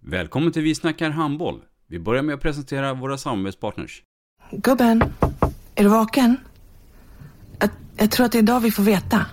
Välkommen till Vi snackar handboll. Vi börjar med att presentera våra samarbetspartners. Gubben, är du vaken? Jag tror att det är idag vi får veta.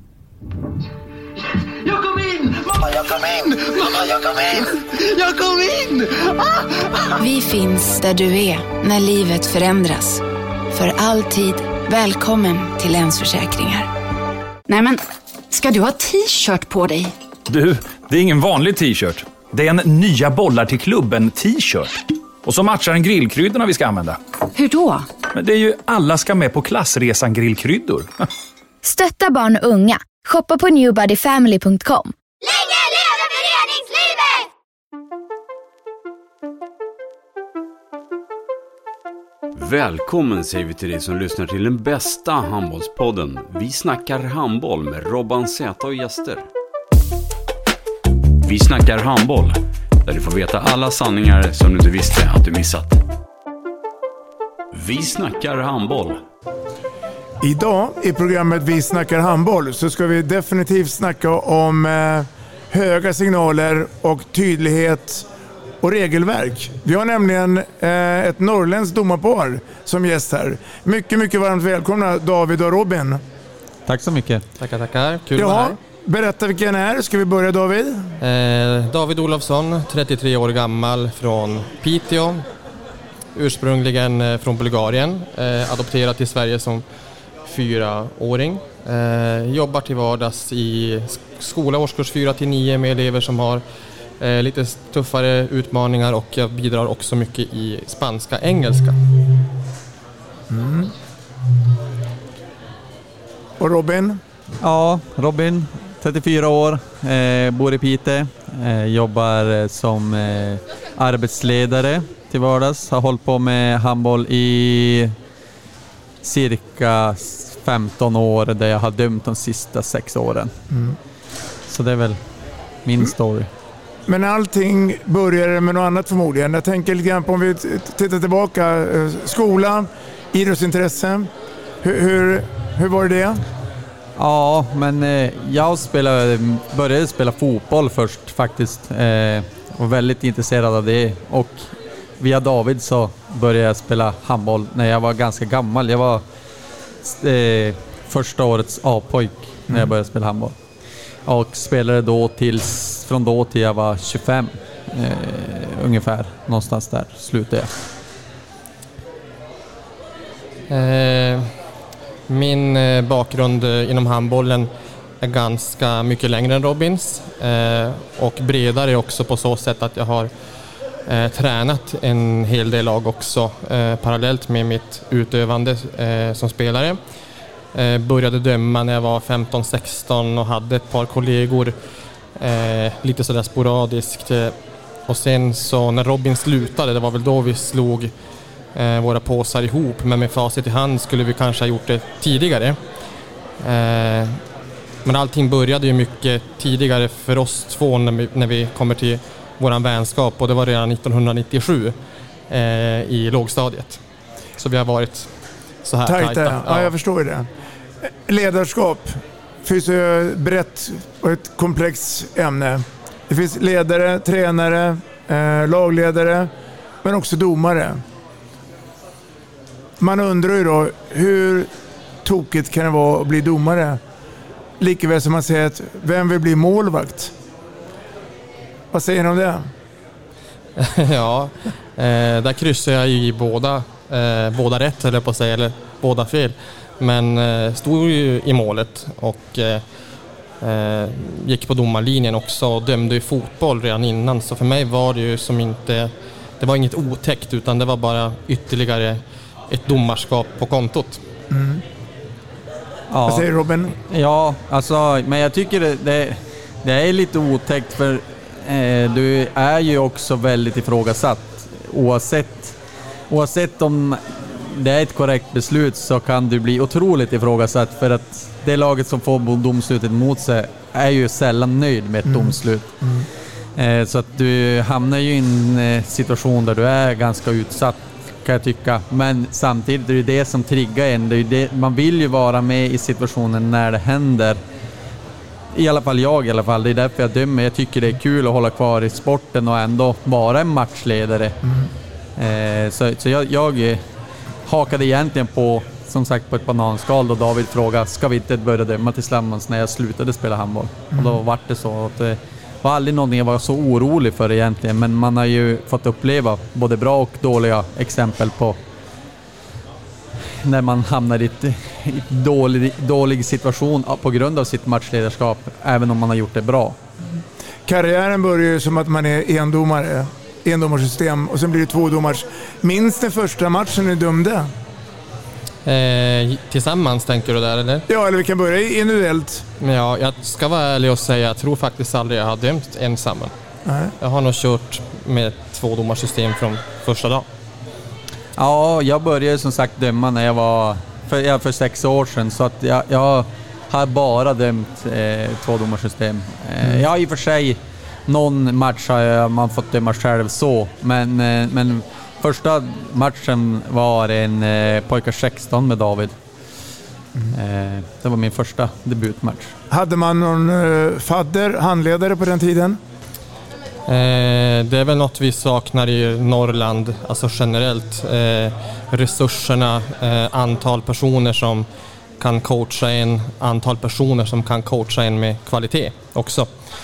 Jag kom in! Mamma, jag kom in! Mamma, jag kom in! Jag kom in! Vi finns där du är när livet förändras. För alltid välkommen till Länsförsäkringar. Nej men, ska du ha t-shirt på dig? Du, det är ingen vanlig t-shirt. Det är en nya bollar till klubben t-shirt. Och så matchar den grillkryddorna vi ska använda. Hur då? Men det är ju alla ska med på klassresan grillkryddor. Stötta barn och unga. Shoppa på newbodyfamily.com. Länge leve föreningslivet! Välkommen säger vi till dig som lyssnar till den bästa handbollspodden. Vi snackar handboll med Robban Z och gäster. Vi snackar handboll, där du får veta alla sanningar som du inte visste att du missat. Vi snackar handboll. Idag i programmet Vi snackar handboll så ska vi definitivt snacka om höga signaler och tydlighet och regelverk. Vi har nämligen ett norrländskt domarpar som gäst här. Mycket, mycket varmt välkomna David och Robin. Tack så mycket. Tackar. Kul att vara här. Berätta vilken är. Ska vi börja David? David Olofsson, 33 år gammal från Piteå. Ursprungligen från Bulgarien. Adopterad till Sverige som 4-åring. Jobbar till vardags i skola årskurs 4-9 med elever som har lite tuffare utmaningar, och jag bidrar också mycket i spanska, engelska. Mm. Och Robin? Ja, Robin, 34 år, bor i Piteå, jobbar som arbetsledare till vardags. Har hållit på med handboll i cirka 15 år, där jag har dömt de sista 6 åren. Mm. Så det är väl min story. Men allting började med något annat förmodligen. Jag tänker lite grann på, om vi tittar tillbaka, skola, idrottsintresse. Hur var det? Ja, men jag började spela fotboll först faktiskt. Och väldigt intresserad av det. Och via David så började jag spela handboll när jag var ganska gammal. Jag var första årets A-pojk när jag började spela handboll. Och spelade från då till jag var 25 ungefär. Någonstans där slutade jag. Min bakgrund inom handbollen är ganska mycket längre än Robins. Och bredare också på så sätt att jag har tränat en hel del lag också parallellt med mitt utövande som spelare. Började döma när jag var 15-16 och hade ett par kollegor lite sådär sporadiskt. Och sen så när Robin slutade, det var väl då vi slog våra påsar ihop, men med facit i hand skulle vi kanske ha gjort det tidigare. Men allting började ju mycket tidigare för oss två när vi kommer till våran vänskap, och det var redan 1997 i lågstadiet. Så vi har varit så här tajta. Ja, jag förstår det. Ledarskap finns ju brett och ett komplext ämne. Det finns ledare, tränare, lagledare, men också domare. Man undrar ju då, hur tokigt kan det vara att bli domare? Likaväl som man säger att vem vill bli målvakt? Vad säger ni om det? Ja, där kryssar jag ju i båda rätt, eller på att säga, eller båda fel. Men stod ju i målet och gick på domarlinjen också och dömde i fotboll redan innan. Så för mig var det ju det var inget otäckt, utan det var bara ytterligare ett domarskap på kontot. Mm. Ja. Vad säger Robin? Ja, alltså, men jag tycker det är lite otäckt, för du är ju också väldigt ifrågasatt. Oavsett om det är ett korrekt beslut, så kan du bli otroligt ifrågasatt, för att det laget som får domslutet mot sig är ju sällan nöjd med ett domslut. Så att du hamnar ju i en situation där du är ganska utsatt, kan jag tycka. Men samtidigt är det det som triggar en. Man vill ju vara med i situationen när det händer. I alla fall jag. Det är därför jag dömer. Jag tycker det är kul att hålla kvar i sporten och ändå vara en matchledare. Så jag hakade egentligen på, som sagt, på ett bananskal då David frågade, ska vi inte börja döma tillsammans när jag slutade spela handboll? Och då var det så att det var aldrig någonting jag var så orolig för egentligen, men man har ju fått uppleva både bra och dåliga exempel på när man hamnar i ett dålig situation på grund av sitt matchledarskap, även om man har gjort det bra. Karriären börjar ju som att man är endomarsystem och sen blir det tvådomars. Minns den första matchen ni dömde? Tillsammans tänker du där, eller? Ja, eller vi kan börja individuellt. Ja, jag ska vara ärlig och säga, jag tror faktiskt aldrig jag har dömt ensam. Jag har nog kört med tvådomarsystem från första dag. Ja, jag började som sagt döma när jag var för 6 år sedan, så att jag har bara dömt tvådomarsystem. Jag har i och för sig någon match har man fått döma själv så, men första matchen var en pojkar 16 med David. Det var min första debutmatch. Hade man någon handledare på den tiden? Det är väl något vi saknar i Norrland, alltså generellt. Resurserna, antal personer som kan coacha en, antal personer som kan coacha en med kvalitet också.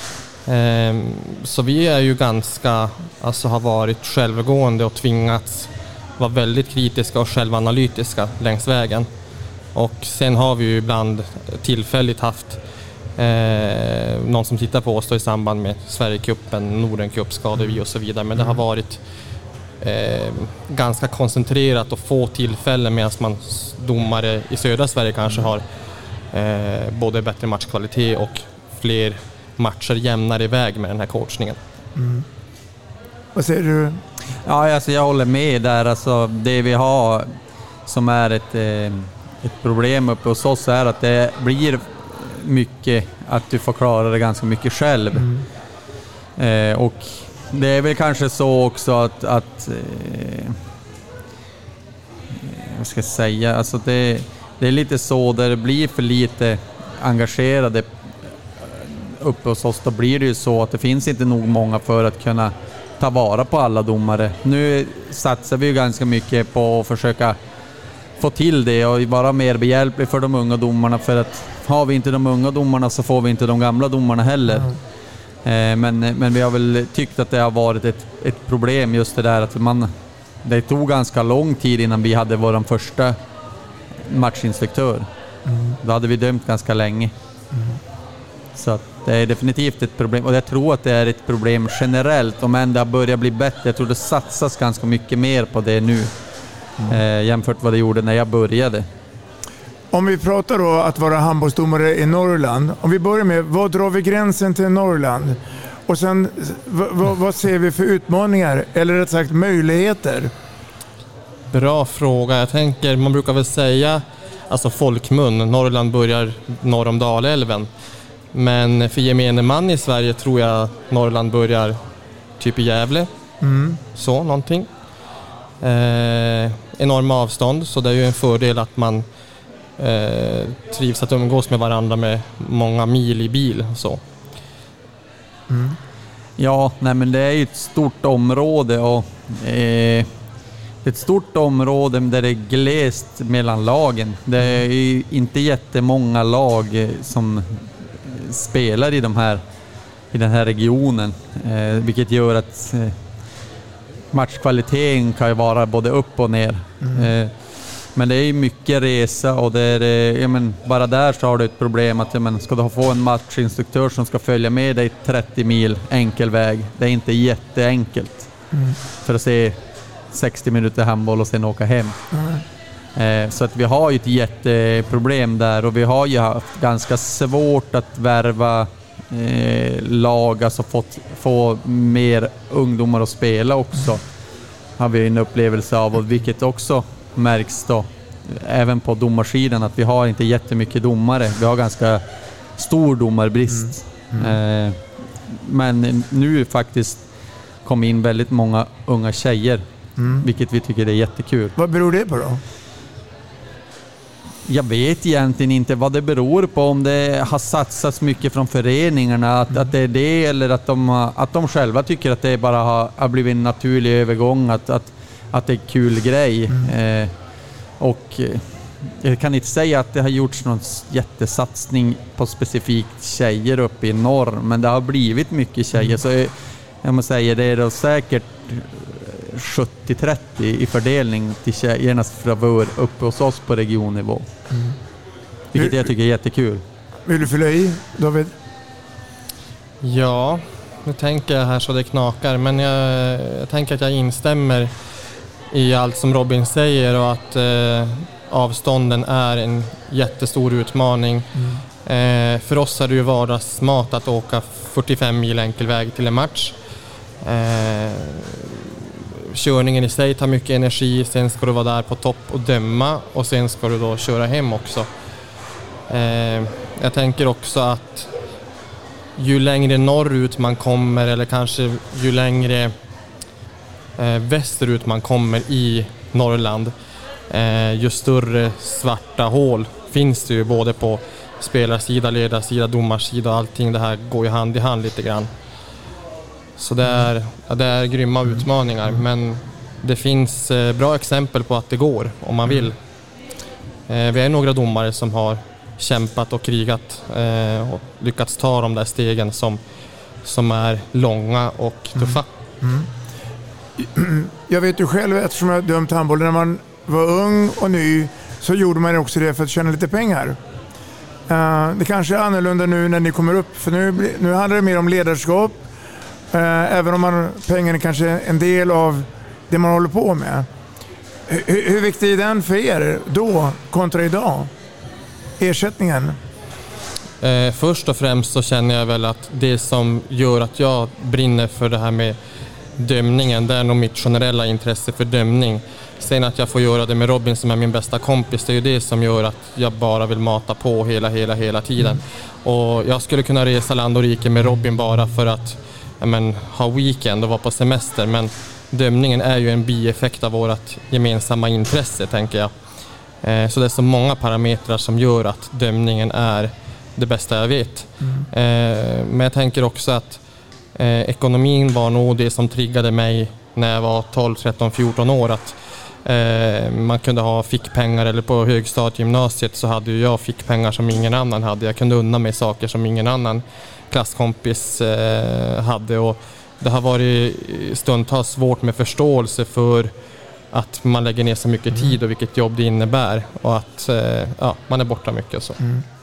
Så vi är ju ganska, alltså har varit självgående och tvingats vara väldigt kritiska och självanalytiska längs vägen. Och sen har vi ju ibland tillfälligt haft någon som tittar på oss då i samband med Sverigecupen, Nordencup, skador vi och så vidare. Men det har varit ganska koncentrerat och få tillfällen, medan man domare i södra Sverige kanske har både bättre matchkvalitet och fler matcher jämnare iväg med den här coachningen. Vad säger du? Ja, alltså jag håller med där. Alltså det vi har som är ett problem uppe hos oss är att det blir mycket att du får klara det ganska mycket själv. Och det är väl kanske så också att vad ska jag säga, alltså det är lite så där det blir för lite engagerade uppe hos oss. Då blir det ju så att det finns inte nog många för att kunna ta vara på alla domare. Nu satsar vi ju ganska mycket på att försöka få till det och vara mer behjälplig för de unga domarna, för att har vi inte de unga domarna så får vi inte de gamla domarna heller. Men vi har väl tyckt att det har varit ett problem just det där att det tog ganska lång tid innan vi hade vår första matchinstruktör. Då hade vi dömt ganska länge. Så att det är definitivt ett problem, och jag tror att det är ett problem generellt, om än det har börjat bli bättre. Jag tror det satsas ganska mycket mer på det nu jämfört vad det gjorde när jag började. Om vi pratar då att vara handbollsdomare i Norrland, om vi börjar med, vad drar vi gränsen till Norrland? Och sen, vad ser vi för utmaningar, eller rätt sagt möjligheter? Bra fråga. Jag tänker, man brukar väl säga, alltså folkmun, Norrland börjar norr om Dalälven. Men för gemene man i Sverige tror jag Norrland börjar typ i Gävle. Så, någonting. Enorma avstånd, så det är ju en fördel att man trivs att umgås med varandra med många mil i bil. Så. Ja, nej, men det är ju ett stort område och ett stort område där det är glest mellan lagen. Det är ju inte jättemånga lag som spelar i den här regionen, vilket gör att matchkvaliteten kan ju vara både upp och ner. Men det är ju mycket resa och det är, bara där så har du ett problem att ska du få en matchinstruktör som ska följa med dig 30 mil enkel väg, det är inte jätteenkelt för att se 60 minuter handboll och sen åka hem. Så att vi har ju ett jätteproblem där, och vi har ju haft ganska svårt att värva lag, alltså få mer ungdomar att spela också, har vi en upplevelse av, och vilket också märks då även på domarsidan att vi har inte jättemycket domare, vi har ganska stor domarbrist. Men nu faktiskt kom in väldigt många unga tjejer, vilket vi tycker är jättekul. Vad beror det på då? Jag vet egentligen inte vad det beror på, om det har satsats mycket från föreningarna, att det är det, eller att de själva tycker att det bara har blivit en naturlig övergång, att det är en kul grej. Och jag kan inte säga att det har gjorts någon jättesatsning på specifikt tjejer uppe i norr, men det har blivit mycket tjejer, så jag måste säga det är då säkert 70-30 i fördelning till tjejernas favör uppe hos oss på regionnivå. Vilket jag tycker är jättekul. Vill du fylla i, David? Ja, nu tänker jag här så det knakar, men jag tänker att jag instämmer i allt som Robin säger, och att avstånden är en jättestor utmaning. För oss är det ju vardagsmat att åka 45 mil enkel väg till en match. Körningen i sig tar mycket energi, sen ska du vara där på topp och döma, och sen ska du då köra hem också. Jag tänker också att ju längre norrut man kommer, eller kanske ju längre västerut man kommer i Norrland, ju större svarta hål finns det ju både på spelarsida, ledarsida, domarsida, och allting det här går ju hand i hand lite grann. Så det är grymma utmaningar, men det finns bra exempel på att det går om man vill. Vi är några domare som har kämpat och krigat och lyckats ta de där stegen som är långa och tuffa. Jag vet ju själv, eftersom jag dömt handboll, när man var ung och ny så gjorde man också det för att tjäna lite pengar. Det kanske är annorlunda nu när ni kommer upp, för nu handlar det mer om ledarskap. Även om pengarna kanske är en del av det man håller på med. Hur viktig är den för er då kontra idag? Ersättningen? Först och främst så känner jag väl att det som gör att jag brinner för det här med dömningen, det är nog mitt generella intresse för dömning. Sen att jag får göra det med Robin som är min bästa kompis, det är ju det som gör att jag bara vill mata på hela tiden. Och jag skulle kunna resa land och rike med Robin bara för att ha weekend och vara på semester, men dömningen är ju en bieffekt av vårt gemensamma intresse, tänker jag. Så det är så många parametrar som gör att dömningen är det bästa jag vet. Men jag tänker också att ekonomin var nog det som triggade mig när jag var 12, 13, 14 år, att man kunde ha fickpengar, eller på högstadiegymnasiet så hade jag fickpengar som ingen annan hade. Jag kunde unna mig saker som ingen annan klasskompis hade, och det har varit stundtals svårt med förståelse för att man lägger ner så mycket tid och vilket jobb det innebär, och att man är borta mycket. Så.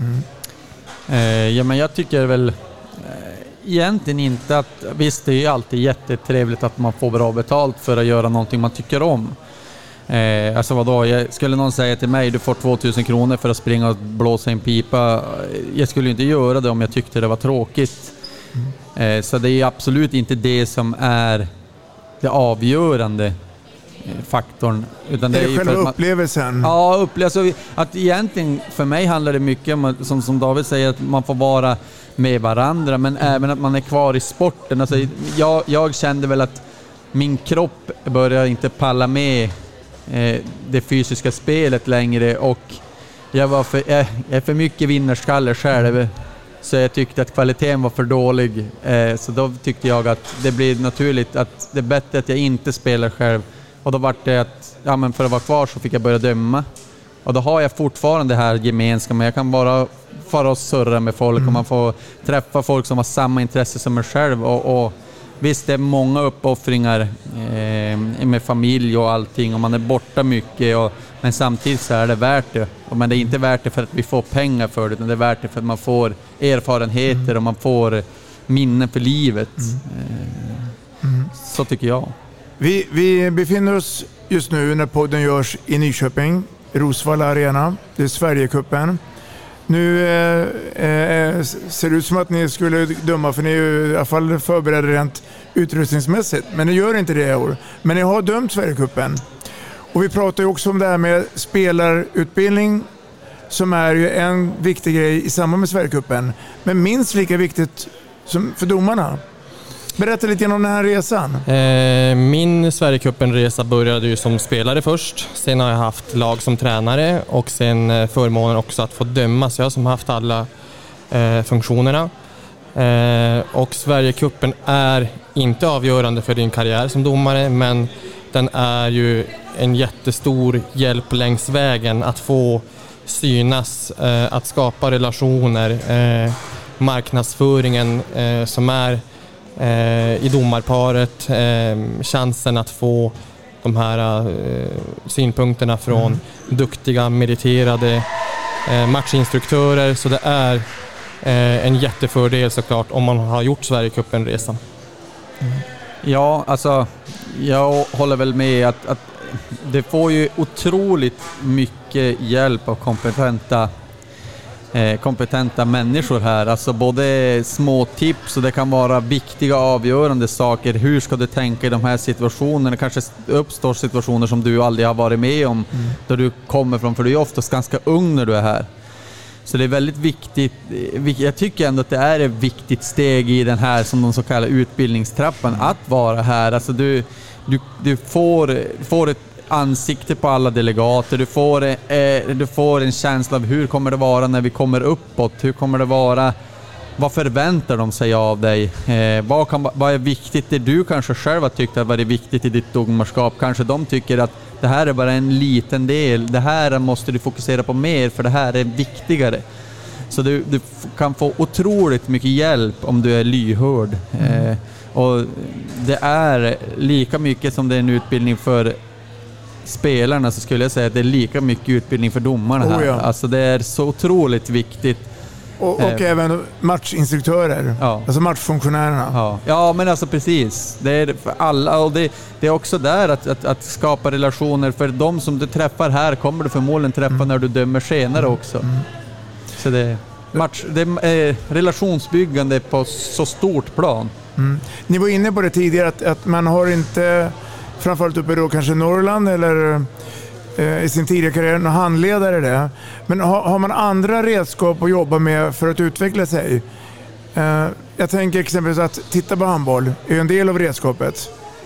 Ja, men jag tycker väl egentligen inte att, visst det är ju alltid jättetrevligt att man får bra betalt för att göra någonting man tycker om. Alltså vadå, skulle någon säga till mig du får 2000 kronor för att springa och blåsa en pipa, jag skulle inte göra det om jag tyckte det var tråkigt. Så det är absolut inte det som är det avgörande faktorn, utan det är ju själva upplevelsen. Ja, upplevelsen. Att egentligen för mig handlar det mycket om att, som David säger, att man får vara med varandra, men även att man är kvar i sporten. Alltså, jag kände väl att min kropp börjar inte palla med det fysiska spelet längre, och jag är för mycket vinnarskalle själv, så jag tyckte att kvaliteten var för dålig, så då tyckte jag att det blir naturligt att det är bättre att jag inte spelar själv, och då var det att men för att vara kvar så fick jag börja döma, och då har jag fortfarande det här gemensamma. Jag kan bara fara och surra med folk och man får träffa folk som har samma intresse som mig själv, och visst, det är många uppoffringar med familj och allting, och man är borta mycket, men samtidigt så är det värt det. Men det är inte värt det för att vi får pengar för det, utan det är värt det för att man får erfarenheter och man får minnen för livet. Så tycker jag. Vi befinner oss just nu när podden görs i Nyköping, Rosvalla Arena. Det är Sverigecupen. Nu ser det ut som att ni skulle döma, för ni är ju i alla fall förberedda rent utrustningsmässigt. Men ni gör inte det i år. Men ni har dömt Sverigecupen. Och vi pratar ju också om det här med spelarutbildning, som är ju en viktig grej i samband med Sverigecupen. Men minst lika viktigt som för domarna. Berätta lite om den här resan. Min Sverigecupen-resa började ju som spelare först. Sen har jag haft lag som tränare och sen förmånen också att få döma. Så jag har som haft alla funktionerna. Och Sverigecupen är inte avgörande för din karriär som domare, men den är ju en jättestor hjälp längs vägen att få synas, att skapa relationer, marknadsföringen som är i domarparet, chansen att få de här synpunkterna från duktiga, meriterade matchinstruktörer. Så det är en jättefördel såklart om man har gjort Sverigecupen-resan. Ja, alltså jag håller väl med att det får ju otroligt mycket hjälp av kompetenta människor här. Alltså både små tips och det kan vara viktiga avgörande saker. Hur ska du tänka i de här situationerna? Kanske uppstår situationer som du aldrig har varit med om där du kommer från, för du är oftast ganska ung när du är här. Så det är väldigt viktigt. Jag tycker ändå att det är ett viktigt steg i den här som de så kallar utbildningstrappan att vara här. Alltså du får ett ansikte på alla delegater. Du får en känsla av hur kommer det vara när vi kommer uppåt. Hur kommer det vara? Vad förväntar de sig av dig? Vad är viktigt? Det du kanske själv har tyckt att varit viktigt i ditt domarskap. Kanske de tycker att det här är bara en liten del. Det här måste du fokusera på mer för det här är viktigare. Så du kan få otroligt mycket hjälp om du är lyhörd. Och det är lika mycket som det är en utbildning för spelarna, så skulle jag säga att det är lika mycket utbildning för domarna här. Ja. Alltså det är så otroligt viktigt. Och även matchinstruktörer, alltså matchfunktionärerna. Ja, men alltså precis. Det är för alla, och det är också där att skapa relationer. För de som du träffar här kommer du förmodligen träffa när du dömer senare också. Så det är relationsbyggande på så stort plan. Ni var inne på det tidigare att man har inte, framförallt uppe då kanske Norrland eller i sin tidigare karriär, någon handledare det. Men har man andra redskap att jobba med för att utveckla sig? Jag tänker exempelvis att titta på handboll är en del av redskapet.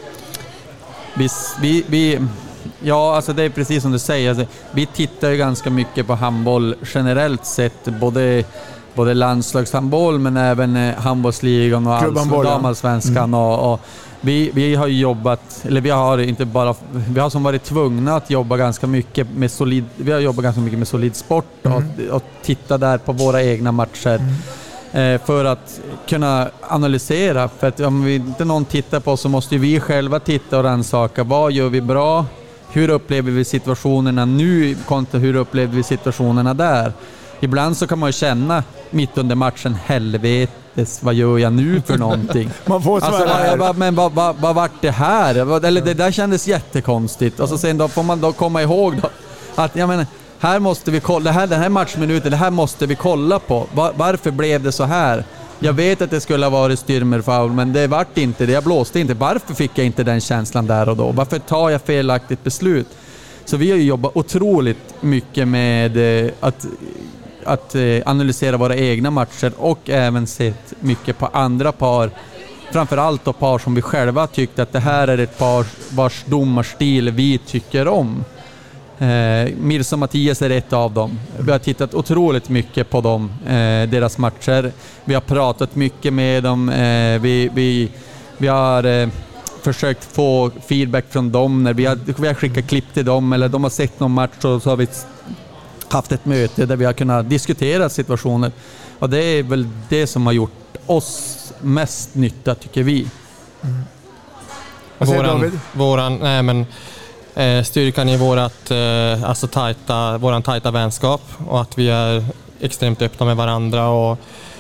Ja, alltså det är precis som du säger. Alltså, vi tittar ju ganska mycket på handboll generellt sett. Både landslagshandboll men även handbollsligan och damallsvenskan och vi har jobbat, eller vi har som varit tvungna att jobba ganska mycket med solid sport och titta där på våra egna matcher för att kunna analysera. För att om vi inte någon tittar på så måste vi själva titta och rannsaka. Vad gör vi bra? Hur upplever vi situationerna nu kontra hur upplever vi situationerna där? Ibland så kan man ju känna mitt under matchen, helvetes, vad gör jag nu för någonting? Man får men vad vart det här? Eller det där kändes jättekonstigt. Och så sen då får man då komma ihåg då, att jag menar, här måste vi kolla, den här matchminuten, det här måste vi kolla på. Varför blev det så här? Jag vet att det skulle ha varit styrmerfoul, men det vart inte det. Jag blåste inte. Varför fick jag inte den känslan där och då? Varför tar jag felaktigt beslut? Så vi har ju jobbat otroligt mycket med att analysera våra egna matcher och även sett mycket på andra par. Framförallt då par som vi själva tyckte att det här är ett par vars domarstil vi tycker om. Mirza och Mattias är ett av dem. Vi har tittat otroligt mycket på dem, deras matcher. Vi har pratat mycket med dem. Vi har försökt få feedback från dem när vi har skickat klipp till dem eller de har sett någon match och så har vi haft ett möte där vi har kunnat diskutera situationer. Och det är väl det som har gjort oss mest nytta, tycker vi. Styrkan i våran tajta vänskap och att vi är extremt öppna med varandra och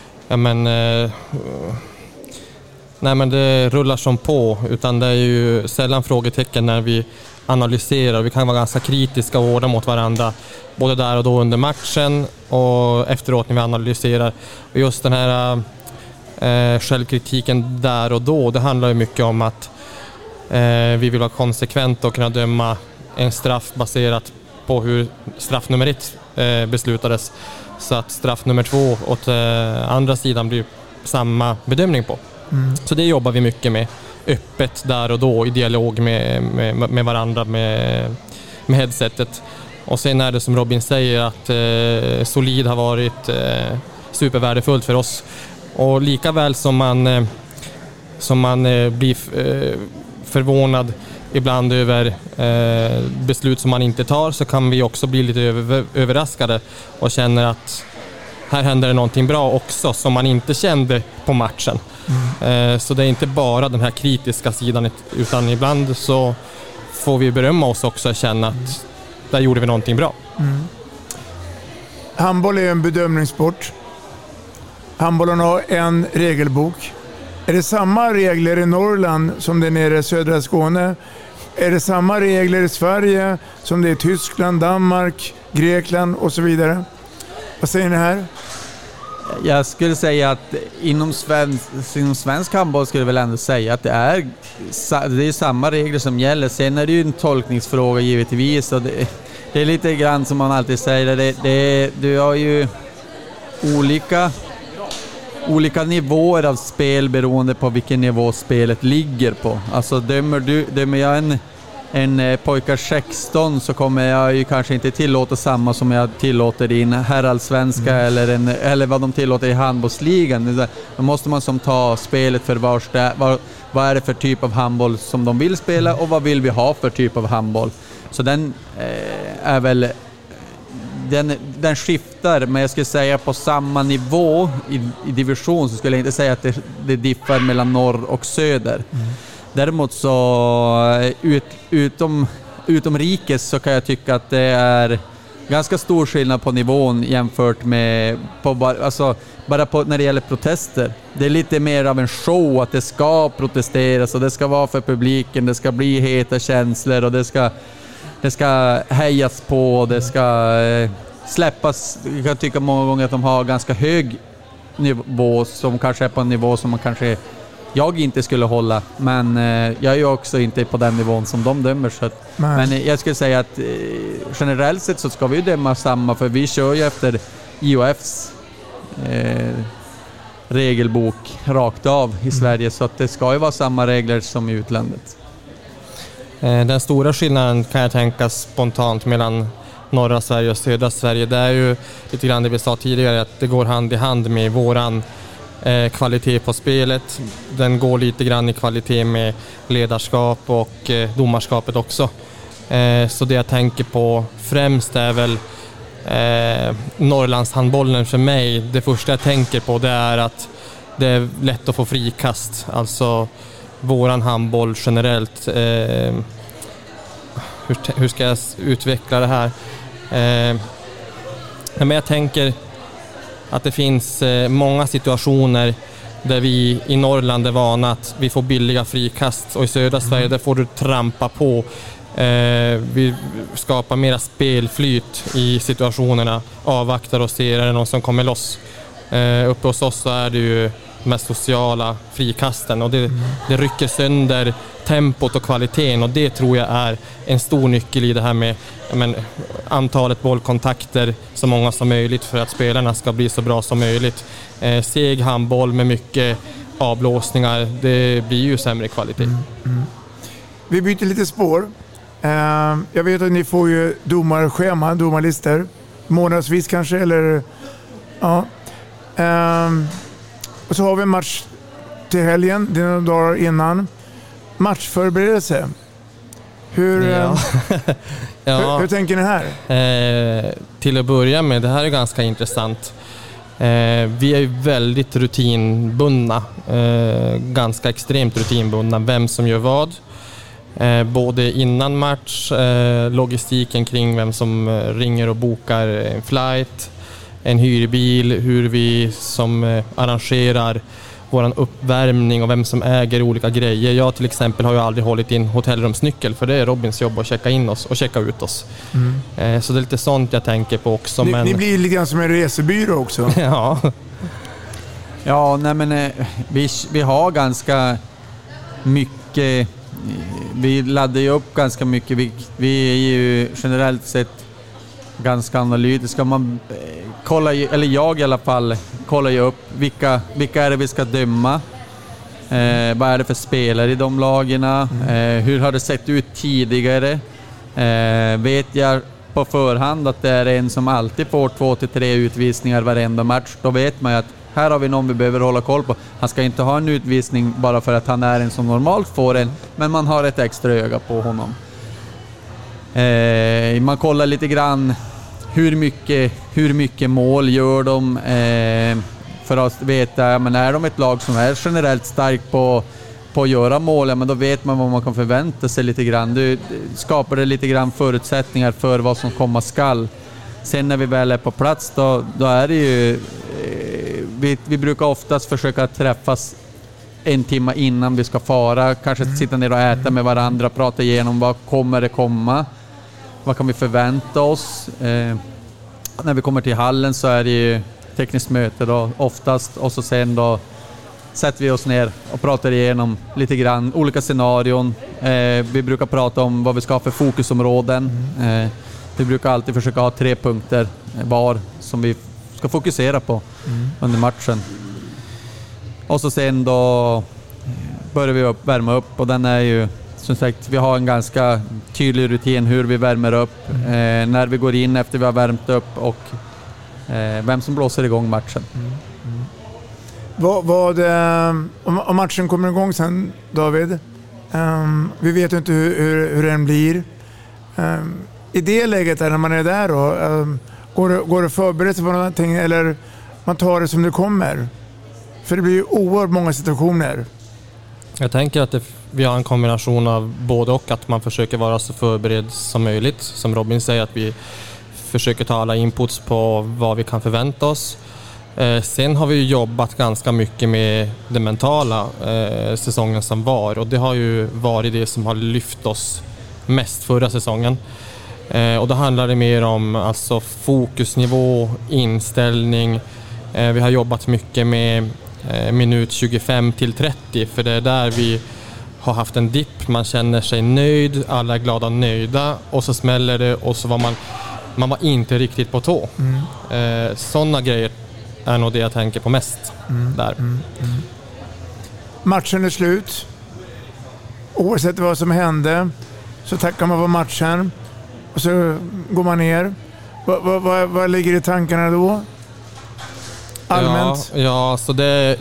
det rullar som på, utan det är ju sällan frågetecken när vi analyserar. Vi kan vara ganska kritiska och hårda mot varandra både där och då under matchen och efteråt när vi analyserar. Och just den här självkritiken där och då, det handlar ju mycket om att vi vill vara konsekvent och kunna döma en straff baserat på hur straff nummer 1 beslutades, så att straff nummer 2 åt andra sidan blir samma bedömning på. Så det jobbar vi mycket med. Öppet där och då i dialog med varandra med headsetet. Och sen är det som Robin säger att Solid har varit supervärdefullt för oss. Och lika väl som man blir förvånad ibland över beslut som man inte tar, så kan vi också bli lite överraskade och känner att här händer det någonting bra också som man inte kände på matchen. Så det är inte bara den här kritiska sidan, utan ibland så får vi berömma oss också och känna att där gjorde vi någonting bra. Handboll är en bedömningssport. Handbollen har en regelbok. Är det samma regler i Norrland som det är nere i södra Skåne? Är det samma regler i Sverige som det är i Tyskland, Danmark, Grekland och så vidare? Vad säger ni här? Jag skulle säga att inom svensk handboll skulle jag väl ändå säga att det är samma regler som gäller. Sen är det ju en tolkningsfråga givetvis, och det är lite grann som man alltid säger. Du har ju olika nivåer av spel beroende på vilken nivå spelet ligger på. Alltså dömer jag en pojkar 16 så kommer jag ju kanske inte tillåta samma som jag tillåter i en herrallsvenska eller vad de tillåter i handbollsligan. Då måste man som ta spelet för vad är det för typ av handboll som de vill spela och vad vill vi ha för typ av handboll. Så den är väl den skiftar, men jag skulle säga på samma nivå i division så skulle jag inte säga att det diffar mellan norr och söder. Däremot så utom rikes så kan jag tycka att det är ganska stor skillnad på nivån jämfört med bara när det gäller protester. Det är lite mer av en show, att det ska protesteras och det ska vara för publiken, det ska bli heta känslor och det ska hejas på, det ska släppas. Jag kan tycka många gånger att de har ganska hög nivå som kanske är på en nivå som jag inte skulle hålla, men jag är ju också inte på den nivån som de dömer. Så men jag skulle säga att generellt sett så ska vi döma samma, för vi kör ju efter IOFs regelbok rakt av i Sverige, så att det ska ju vara samma regler som i utlandet. Den stora skillnaden kan jag tänka spontant mellan norra Sverige och södra Sverige. Det är ju lite grann det vi sa tidigare, att det går hand i hand med våran kvalitet på spelet. Den går lite grann i kvalitet med ledarskap och domarskapet också. Så det jag tänker på främst är väl Norrlandshandbollen för mig. Det första jag tänker på det är att det är lätt att få frikast. Alltså våran handboll generellt. Hur ska jag utveckla det här? Men jag tänker att det finns många situationer där vi i Norrland är vana att vi får billiga frikast, och i södra Sverige där får du trampa på. Vi skapar mera spelflyt i situationerna, avvaktar och ser är det någon som kommer loss. Uppe hos oss så är det ju de här sociala frikasten, och det rycker sönder tempot och kvaliteten, och det tror jag är en stor nyckel i det här med antalet bollkontakter, så många som möjligt för att spelarna ska bli så bra som möjligt. Seg handboll med mycket avblåsningar, det blir ju sämre kvalitet. Vi byter lite spår. Jag vet att ni får ju domarlistor månadsvis kanske, eller ja. Och så har vi en match till helgen, det är några dagar innan. Matchförberedelse. Hur tänker ni här? Till att börja med, det här är ganska intressant. Vi är ju väldigt rutinbundna, ganska extremt rutinbundna, vem som gör vad. Både innan match, logistiken kring vem som ringer och bokar en flight, en hyrbil, hur vi som arrangerar våran uppvärmning och vem som äger olika grejer. Jag till exempel har ju aldrig hållit in hotellrumsnyckel, för det är Robins jobb att checka in oss och checka ut oss. Så det är lite sånt jag tänker på också. Ni blir lite grann som en resebyrå också. Ja, nej men vi har ganska mycket. Vi laddar ju upp ganska mycket. Vi är ju generellt sett ganska analytiska. Man kollar ju, eller jag i alla fall kollar ju upp vilka är det vi ska döma. Vad är det för spelare i de lagarna? Hur har det sett ut tidigare? Vet jag på förhand att det är en som alltid får 2-3 utvisningar varenda match, då vet man ju att här har vi någon vi behöver hålla koll på. Han ska inte ha en utvisning bara för att han är en som normalt får en, men man har ett extra öga på honom. Man kollar lite grann hur mycket mål gör de, för att veta, men är de ett lag som är generellt starkt på att göra mål, ja, men då vet man vad man kan förvänta sig lite grann. Det skapar det lite grann förutsättningar för vad som komma skall. Sen när vi väl är på plats, då är det ju vi brukar oftast försöka träffas en timme innan vi ska fara, kanske sitta ner och äta med varandra, prata igenom vad kommer det komma, vad kan vi förvänta oss. När vi kommer till hallen så är det ju tekniskt möte då oftast, och så sen då sätter vi oss ner och pratar igenom lite grann olika scenarion. Vi brukar prata om vad vi ska ha för fokusområden. Vi brukar alltid försöka ha 3 punkter var som vi ska fokusera på under matchen. Och så sen då börjar vi värma upp, och den är ju som sagt, vi har en ganska tydlig rutin hur vi värmer upp, när vi går in efter vi har värmt upp, och vem som blåser igång matchen. Om matchen kommer igång sen, David, vi vet ju inte hur den blir. I det läget när man är där då, går det förberett på någonting, eller man tar det som det kommer? För det blir ju oerhört många situationer. Jag tänker att vi har en kombination av både och, att man försöker vara så förberedd som möjligt. Som Robin säger, att vi försöker ta alla inputs på vad vi kan förvänta oss. Sen har vi jobbat ganska mycket med det mentala säsongen som var, och det har ju varit det som har lyft oss mest förra säsongen. Och då handlar det mer om alltså fokusnivå, inställning. Vi har jobbat mycket med minut 25 till 30, för det är där vi har haft en dipp. Man känner sig nöjd, alla är glada och nöjda, och så smäller det, och så var man var inte riktigt på tå. Sådana grejer är nog det jag tänker på mest där. Matchen är slut. Oavsett vad som hände så tackar man för matchen, och så går man ner. Vad ligger i tankarna då? Allmänt? Ja, så det...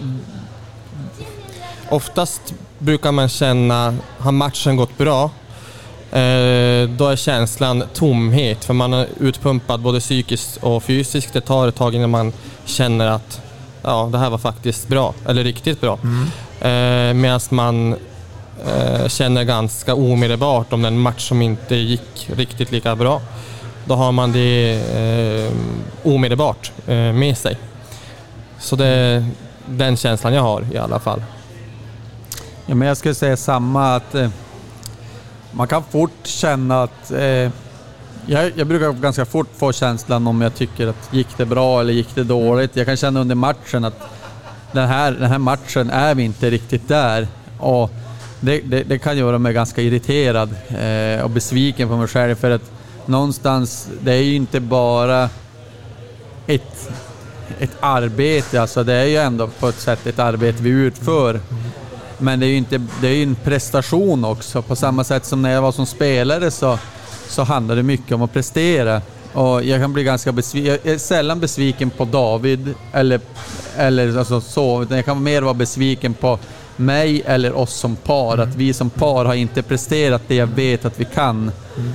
Oftast brukar man känna, har matchen gått bra, då är känslan tomhet, för man är utpumpad både psykiskt och fysiskt. Det tar ett tag innan man känner att ja, det här var faktiskt bra, eller riktigt bra. Medan man känner ganska omedelbart om den match som inte gick riktigt lika bra. Då har man det omedelbart med sig. Så det är den känslan jag har i alla fall. Ja, men jag skulle säga samma, att man kan fort känna att jag brukar ganska fort få känslan om jag tycker att gick det bra eller gick det dåligt. Jag kan känna under matchen att den här matchen är vi inte riktigt där, och det kan göra mig ganska irriterad och besviken på mig själv, för att någonstans, det är ju inte bara ett arbete, alltså det är ju ändå på ett sätt ett arbete vi utför, men det är ju en prestation också. På samma sätt som när jag var som spelare så handlar det mycket om att prestera, och jag kan bli ganska besviken. Jag är sällan besviken på David eller alltså så, utan jag kan mer vara besviken på mig eller oss som par, att vi som par har inte presterat det jag vet att vi kan.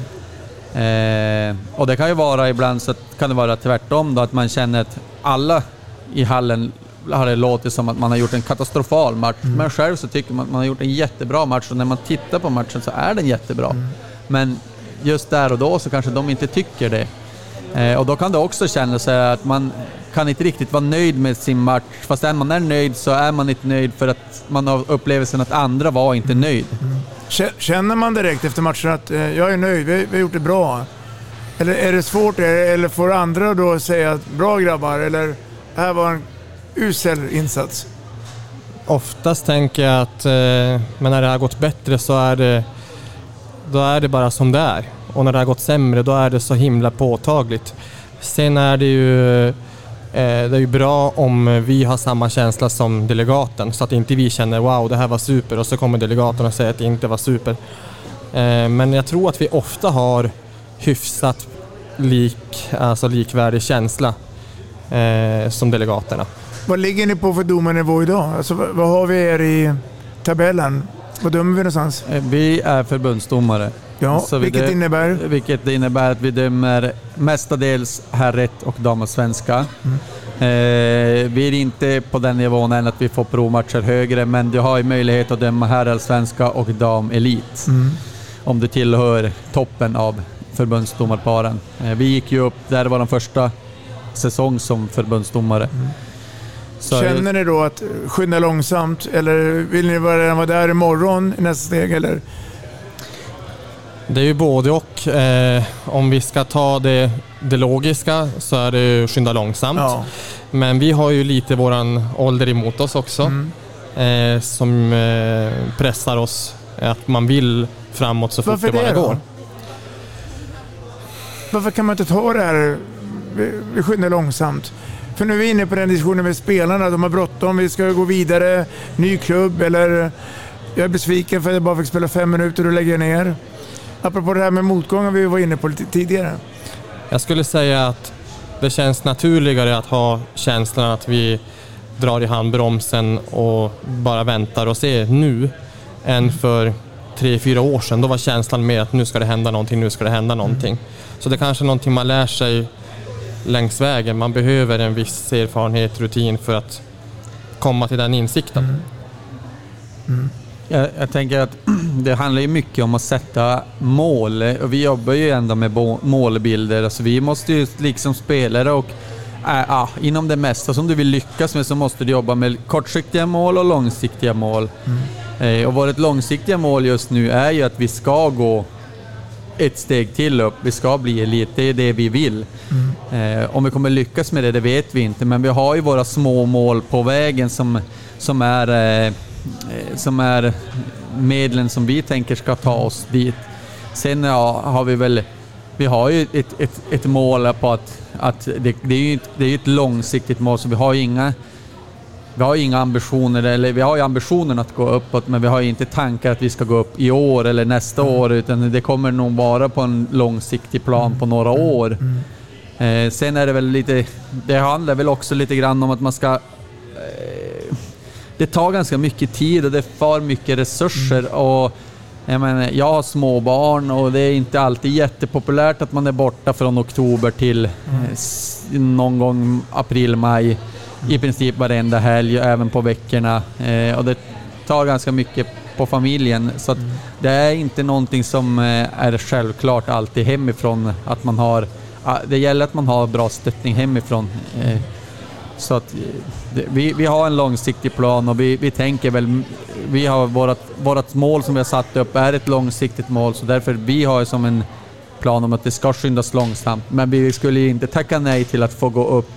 Och det kan ju vara ibland, så kan det vara tvärtom då, att man känner att alla i hallen har det låtit som att man har gjort en katastrofal match, men själv så tycker man att man har gjort en jättebra match, och när man tittar på matchen så är den jättebra. Men just där och då så kanske de inte tycker det. Och då kan det också kännas så att man kan inte riktigt vara nöjd med sin match, fast när man är nöjd så är man inte nöjd för att man har upplevelsen att andra var inte nöjd. Känner man direkt efter matchen att jag är nöjd, vi har gjort det bra? Eller är det svårt, eller får andra då säga att bra grabbar, eller det här var en usel insats? Oftast tänker jag att men när det har gått bättre så då är det bara som det är. Och när det har gått sämre, då är det så himla påtagligt. Sen är det ju Det är ju bra om vi har samma känsla som delegaten, så att inte vi känner wow, det här var super, och så kommer delegaten och säger att det inte var super. Men jag tror att vi ofta har hyfsat likvärdig känsla som delegaterna. Vad ligger ni på för domarnivå idag? Alltså, vad har vi er i tabellen? Vad dömer vi någonstans? Vi är förbundsdomare. Ja, vilket innebär? Vilket innebär att vi dömer mestadels herrrätt och damallsvenska. Vi är inte på den nivån än att vi får provmatcher högre, men du har ju möjlighet att döma herrallsvenska och damelit. Om du tillhör toppen av förbundsdomarparen. Vi gick ju upp, där var den första säsong som förbundsdomare. Så känner ni då att skynda långsamt, eller vill ni vara där imorgon i nästa steg, eller? Det är ju både och. Om vi ska ta det logiska så är det skynda långsamt. Ja. Men vi har ju lite våran ålder emot oss också. Som pressar oss att man vill framåt så fort det bara går. Varför kan man inte ta det här? Vi skyndar långsamt. För nu är vi inne på den diskussionen med spelarna. De har bråttom, vi ska gå vidare, ny klubb, eller jag är besviken för att jag bara fick spela 5 minuter och lägger ner. Apropå det här med motgången vi var inne på lite tidigare. Jag skulle säga att det känns naturligare att ha känslan att vi drar i handbromsen och bara väntar och ser nu än för 3-4 år sedan. Då var känslan mer att nu ska det hända någonting. Så det är kanske någonting man lär sig längs vägen. Man behöver en viss erfarenhet, rutin för att komma till den insikten. Jag tänker att det handlar ju mycket om att sätta mål, och vi jobbar ju ändå med målbilder. Alltså vi måste ju liksom spelare och inom det mesta som du vill lyckas med så måste du jobba med kortsiktiga mål och långsiktiga mål. Och vårt långsiktiga mål just nu är ju att vi ska gå ett steg till upp, vi ska bli elit, det är det vi vill. Om vi kommer lyckas med det vet vi inte, men vi har ju våra små mål på vägen som är medlen som vi tänker ska ta oss dit. Sen har vi har ju ett mål på att det är ju ett långsiktigt mål, så vi har inga ambitioner, eller vi har ju ambitionen att gå uppåt, men vi har ju inte tankar att vi ska gå upp i år eller nästa år, utan det kommer nog vara på en långsiktig plan på några år. Sen är det väl det handlar väl också lite grann om att man ska det tar ganska mycket tid och det far mycket resurser, och jag har små barn och det är inte alltid jättepopulärt att man är borta från oktober till någon gång april, maj, i princip varenda helg, även på veckorna, och det tar ganska mycket på familjen, så att det är inte någonting som är självklart alltid hemifrån, att man har, det gäller att man har bra stöttning hemifrån. Så att vi har en långsiktig plan, och vi tänker väl, vi har vårat mål som vi har satt upp är ett långsiktigt mål, så därför vi har som en plan om att det ska skyndas långsamt, men vi skulle inte tacka nej till att få gå upp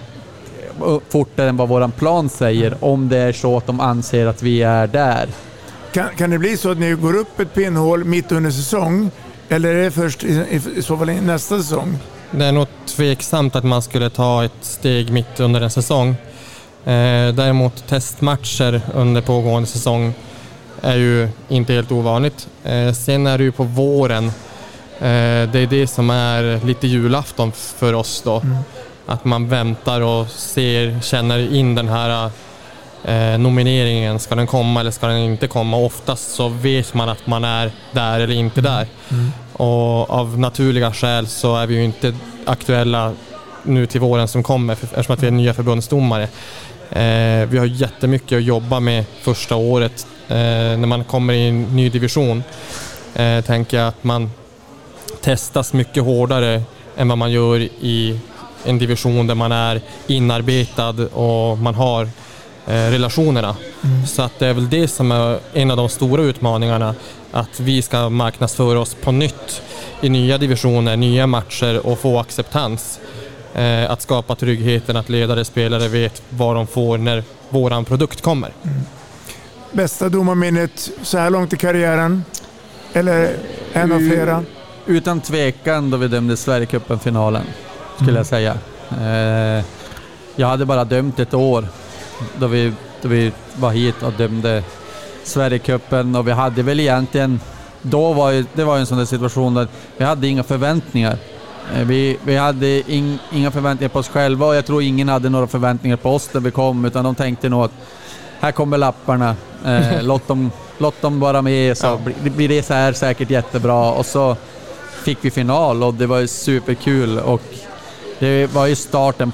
fortare än vad våran plan säger, om det är så att de anser att vi är där. Kan det bli så att ni går upp ett pinnhål mitt under säsong, eller är det först i så fall i nästa säsong? Det är nog tveksamt att man skulle ta ett steg mitt under en säsong. Däremot testmatcher under pågående säsong är ju inte helt ovanligt. Sen är det ju på våren. Det är det som är lite julafton för oss då. Att man väntar och känner in den här nomineringen. Ska den komma eller ska den inte komma? Oftast så vet man att man är där eller inte där. Och av naturliga skäl så är vi ju inte aktuella nu till våren som kommer, eftersom att vi är nya förbundsdomare. Vi har jättemycket att jobba med första året. När man kommer i en ny division tänker jag att man testas mycket hårdare än vad man gör i en division där man är inarbetad och man har relationerna. Så att det är väl det som är en av de stora utmaningarna, att vi ska marknadsföra oss på nytt i nya divisioner, nya matcher och få acceptans. Att skapa tryggheten att ledare, spelare vet vad de får när våran produkt kommer. Bästa domarminnet så här långt i karriären? Eller en av flera? Utan tvekan då vi dömde Sverigecupen-finalen, skulle jag säga. Jag hade bara dömt ett år då vi var hit och dömde Sverigecupen, och vi hade väl egentligen, det var en sån där situation där vi hade inga förväntningar. Vi hade inga förväntningar på oss själva, och jag tror ingen hade några förväntningar på oss när vi kom, utan de tänkte nog att här kommer lapparna, låt dem vara med, så blir det så här säkert jättebra. Och så fick vi final, och det var ju superkul, och det var ju starten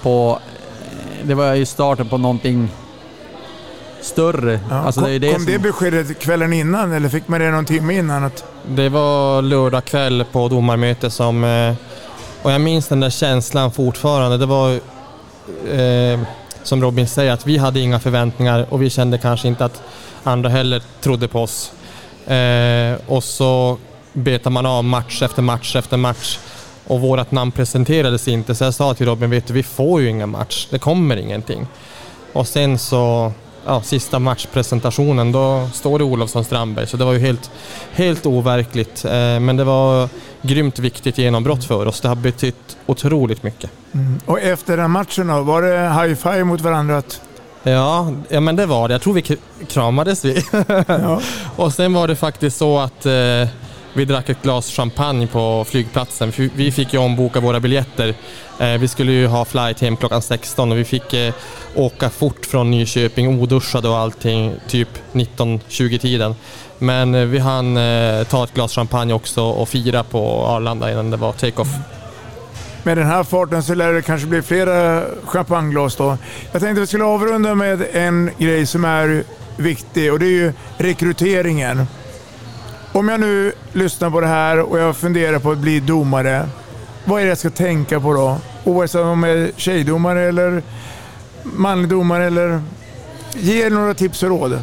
på någonting större. Ja, alltså, kom det beskedet kvällen innan, eller fick man det någon timme innan? Det var lördag kväll på domarmöte och jag minns den där känslan fortfarande. Det var som Robin säger, att vi hade inga förväntningar, och vi kände kanske inte att andra heller trodde på oss. Och så betar man av match efter match efter match, och vårat namn presenterades inte. Så jag sa till Robin, vet du, vi får ju ingen match, det kommer ingenting. Och sen så sista matchpresentationen, då står det Olofsson Strandberg, så det var ju helt overkligt, men det var grymt viktigt genombrott för oss. Det har betytt otroligt mycket. Och efter den matchen då, var det high five mot varandra? Ja, men det var det. Jag tror vi kramades vi. Ja. Och sen var det faktiskt så att vi drack ett glas champagne på flygplatsen. Vi fick ju omboka våra biljetter. Vi skulle ju ha flight hem klockan 16, och vi fick åka fort från Nyköping, oduschade och allting, typ 19-20 tiden. Men vi hann ta ett glas champagne också och fira på Arlanda innan det var take-off. Med den här farten så lär det kanske bli flera champagneglas då. Jag tänkte att vi skulle avrunda med en grej som är viktig, och det är ju rekryteringen. Om jag nu lyssnar på det här och jag funderar på att bli domare, vad är det jag ska tänka på då? Oavsett om jag är tjejdomare eller manlig domare, eller ge några tips och råd.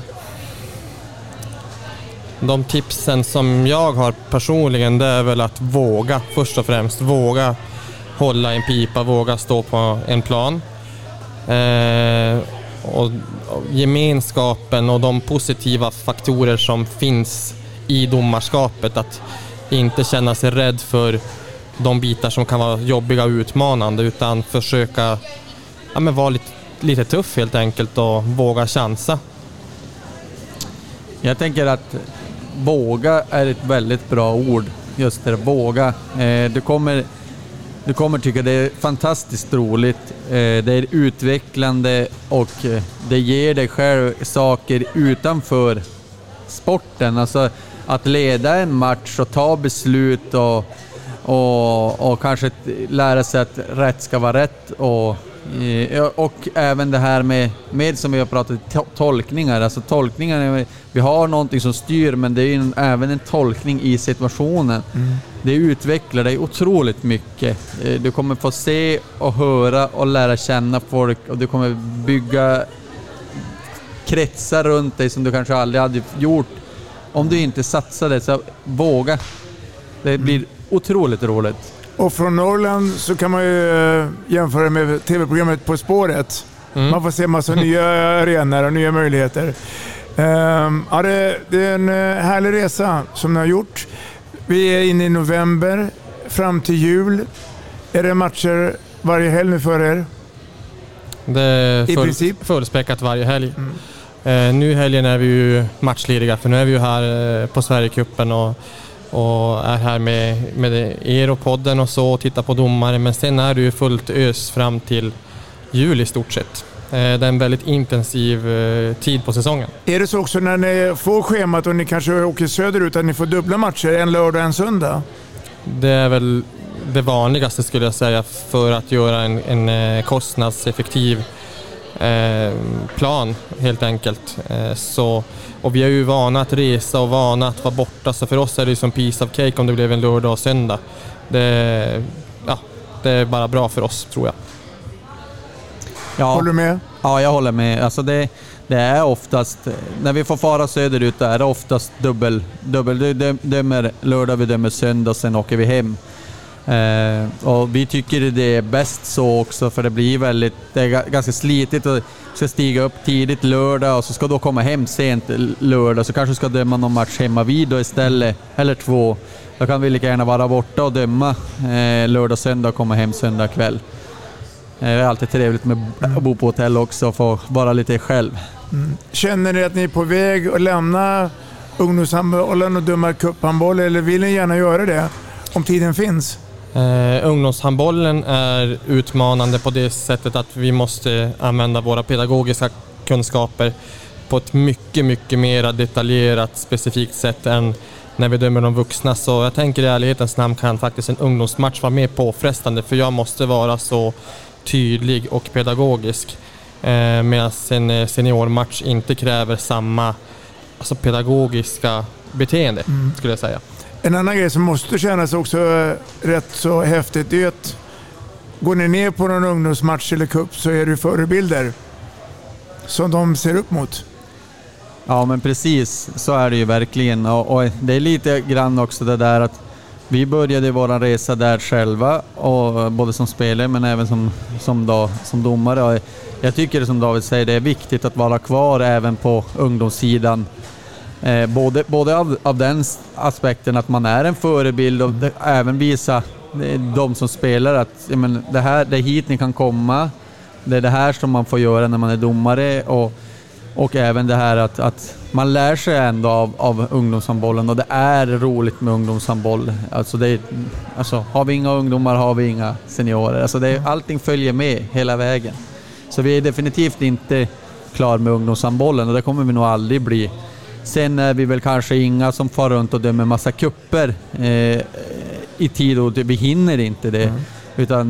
De tipsen som jag har personligen, det är väl att våga, först och främst våga hålla en pipa, våga stå på en plan. Och gemenskapen och de positiva faktorer som finns i domarskapet, att inte känna sig rädd för de bitar som kan vara jobbiga och utmanande, utan försöka vara lite tuff helt enkelt och våga chansa. Jag tänker att våga är ett väldigt bra ord. Just det, våga. Du kommer tycka det är fantastiskt roligt. Det är utvecklande, och det ger dig själv saker utanför sporten. Alltså att leda en match och ta beslut och kanske lära sig att rätt ska vara rätt, och även det här med som vi har pratat tolkningar. Alltså tolkningar, vi har någonting som styr, men det är ju även en tolkning i situationen. Det utvecklar dig otroligt mycket. Du kommer få se och höra och lära känna folk, och du kommer bygga kretsar runt dig som du kanske aldrig hade gjort om du inte satsade. Så våga. Det blir otroligt roligt. Och från Norrland så kan man ju jämföra med tv-programmet På spåret. Man får se massa nya arenor och nya möjligheter. Det är en härlig resa som ni har gjort. Vi är inne i november, fram till jul. Är det matcher varje helg nu för er? Det är fullspäckat varje helg. Nu helgen är vi ju matchlediga, för nu är vi ju här på Sverigecupen och är här med er och podden och så, och tittar på domare. Men sen är det ju fullt ös fram till jul i stort sett. Det är en väldigt intensiv tid på säsongen. Är det så också när ni får schemat och ni kanske åker söderut, att ni får dubbla matcher, en lördag och en söndag? Det är väl det vanligaste, skulle jag säga, för att göra en kostnadseffektiv plan helt enkelt. Och vi är ju vana att resa och vana att vara borta, så för oss är det som piece of cake om det blev en lördag och söndag. Det är bara bra för oss, tror jag. Ja. Håller du med? Ja, jag håller med. Alltså det är oftast, när vi får fara söderut, är det oftast dubbel. Vi dömer lördag, vi dömer söndag, sen åker vi hem. Och vi tycker det är bäst så också, för det är ganska slitigt och ska stiga upp tidigt lördag och så ska då komma hem sent lördag, så kanske ska döma någon match hemma vid då istället, eller 2. Då kan vi lika gärna vara borta och döma lördag, söndag och komma hem söndag kväll. Det är alltid trevligt med att bo på hotell också och få vara lite själv. Känner ni att ni är på väg att lämna ungdomshandbollen och döma cuphandboll, eller vill ni gärna göra det om tiden finns? Ungdomshandbollen är utmanande på det sättet att vi måste använda våra pedagogiska kunskaper på ett mycket, mycket mer detaljerat, specifikt sätt än när vi dömer de vuxna. Så jag tänker i ärlighetens namn kan faktiskt en ungdomsmatch vara mer påfrestande, för jag måste vara så tydlig och pedagogisk. Medan en seniormatch inte kräver samma pedagogiska beteende, skulle jag säga. En annan grej som måste kännas också rätt så häftigt är att går ni ner på någon ungdomsmatch eller cup så är det förebilder som de ser upp mot. Ja, men precis, så är det ju verkligen. Och det är lite grann också det där att vi började vår resa där själva, och både som spelare men även som domare. Och jag tycker, som David säger, det är viktigt att vara kvar även på ungdomssidan. Både av den aspekten att man är en förebild, och även visa de som spelar att det är hit ni kan komma. Det är det här som man får göra när man är domare, och även det här att man lär sig ändå av ungdomshandbollen, och det är roligt med ungdomshandboll. Alltså har vi inga ungdomar har vi inga seniorer. Alltså allting följer med hela vägen. Så vi är definitivt inte klar med ungdomshandbollen, och det kommer vi nog aldrig bli. Sen är vi väl kanske inga som far runt och dömer massa kupper i tid, och vi hinner inte det. Utan,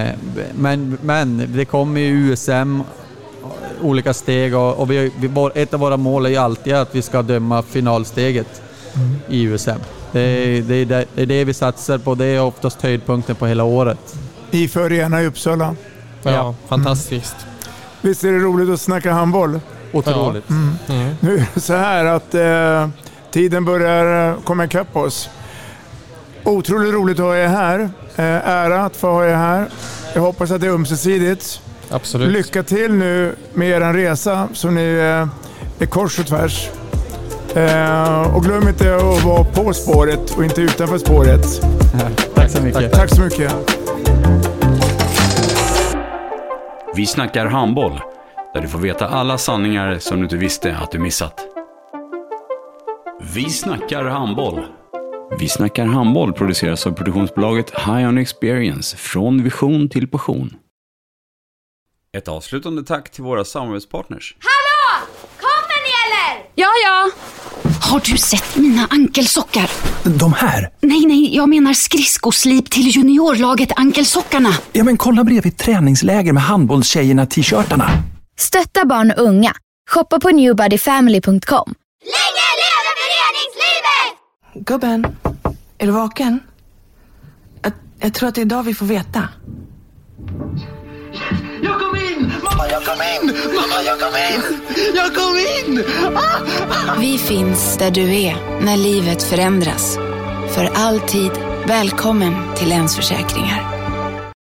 men det kommer ju USM, olika steg, och ett av våra mål är ju alltid att vi ska döma finalsteget i USM. Det är det vi satsar på, det är oftast höjdpunkten på hela året. I Förena i Uppsala. Ja, fantastiskt. Visst är det roligt att snacka handboll? Otroligt. Nu är det så här att tiden börjar komma ikapp oss. Otroligt roligt att ha er här. Ära att få ha er här. Jag hoppas att det är ömsesidigt. Absolut. Lycka till nu med er resa som ni är kors och tvärs. Och glöm inte att vara på spåret och inte utanför spåret. Tack så mycket. Tack så mycket. Vi snackar handboll, där du får veta alla sanningar som du inte visste att du missat. Vi snackar handboll. Vi snackar handboll produceras av produktionsbolaget High On Experience, från vision till passion. Ett avslutande tack till våra samarbetspartners. Hallå! Kommer ni eller? Ja. Har du sett mina ankelsockar? De här? Nej, jag menar skridskoslip till juniorlaget Ankelsockarna. Ja, men kolla bredvid träningsläger med handbollstjejerna t-shirtarna. Stötta barn och unga. Shoppa på newbodyfamily.com. Länge leve föreningslivet! Gubben, är du vaken? Jag tror att det är idag vi får veta. Jag kom in! Mamma, jag kom in! Mamma, jag kom in! Jag kom in! Vi finns där du är när livet förändras. För alltid välkommen till Länsförsäkringar.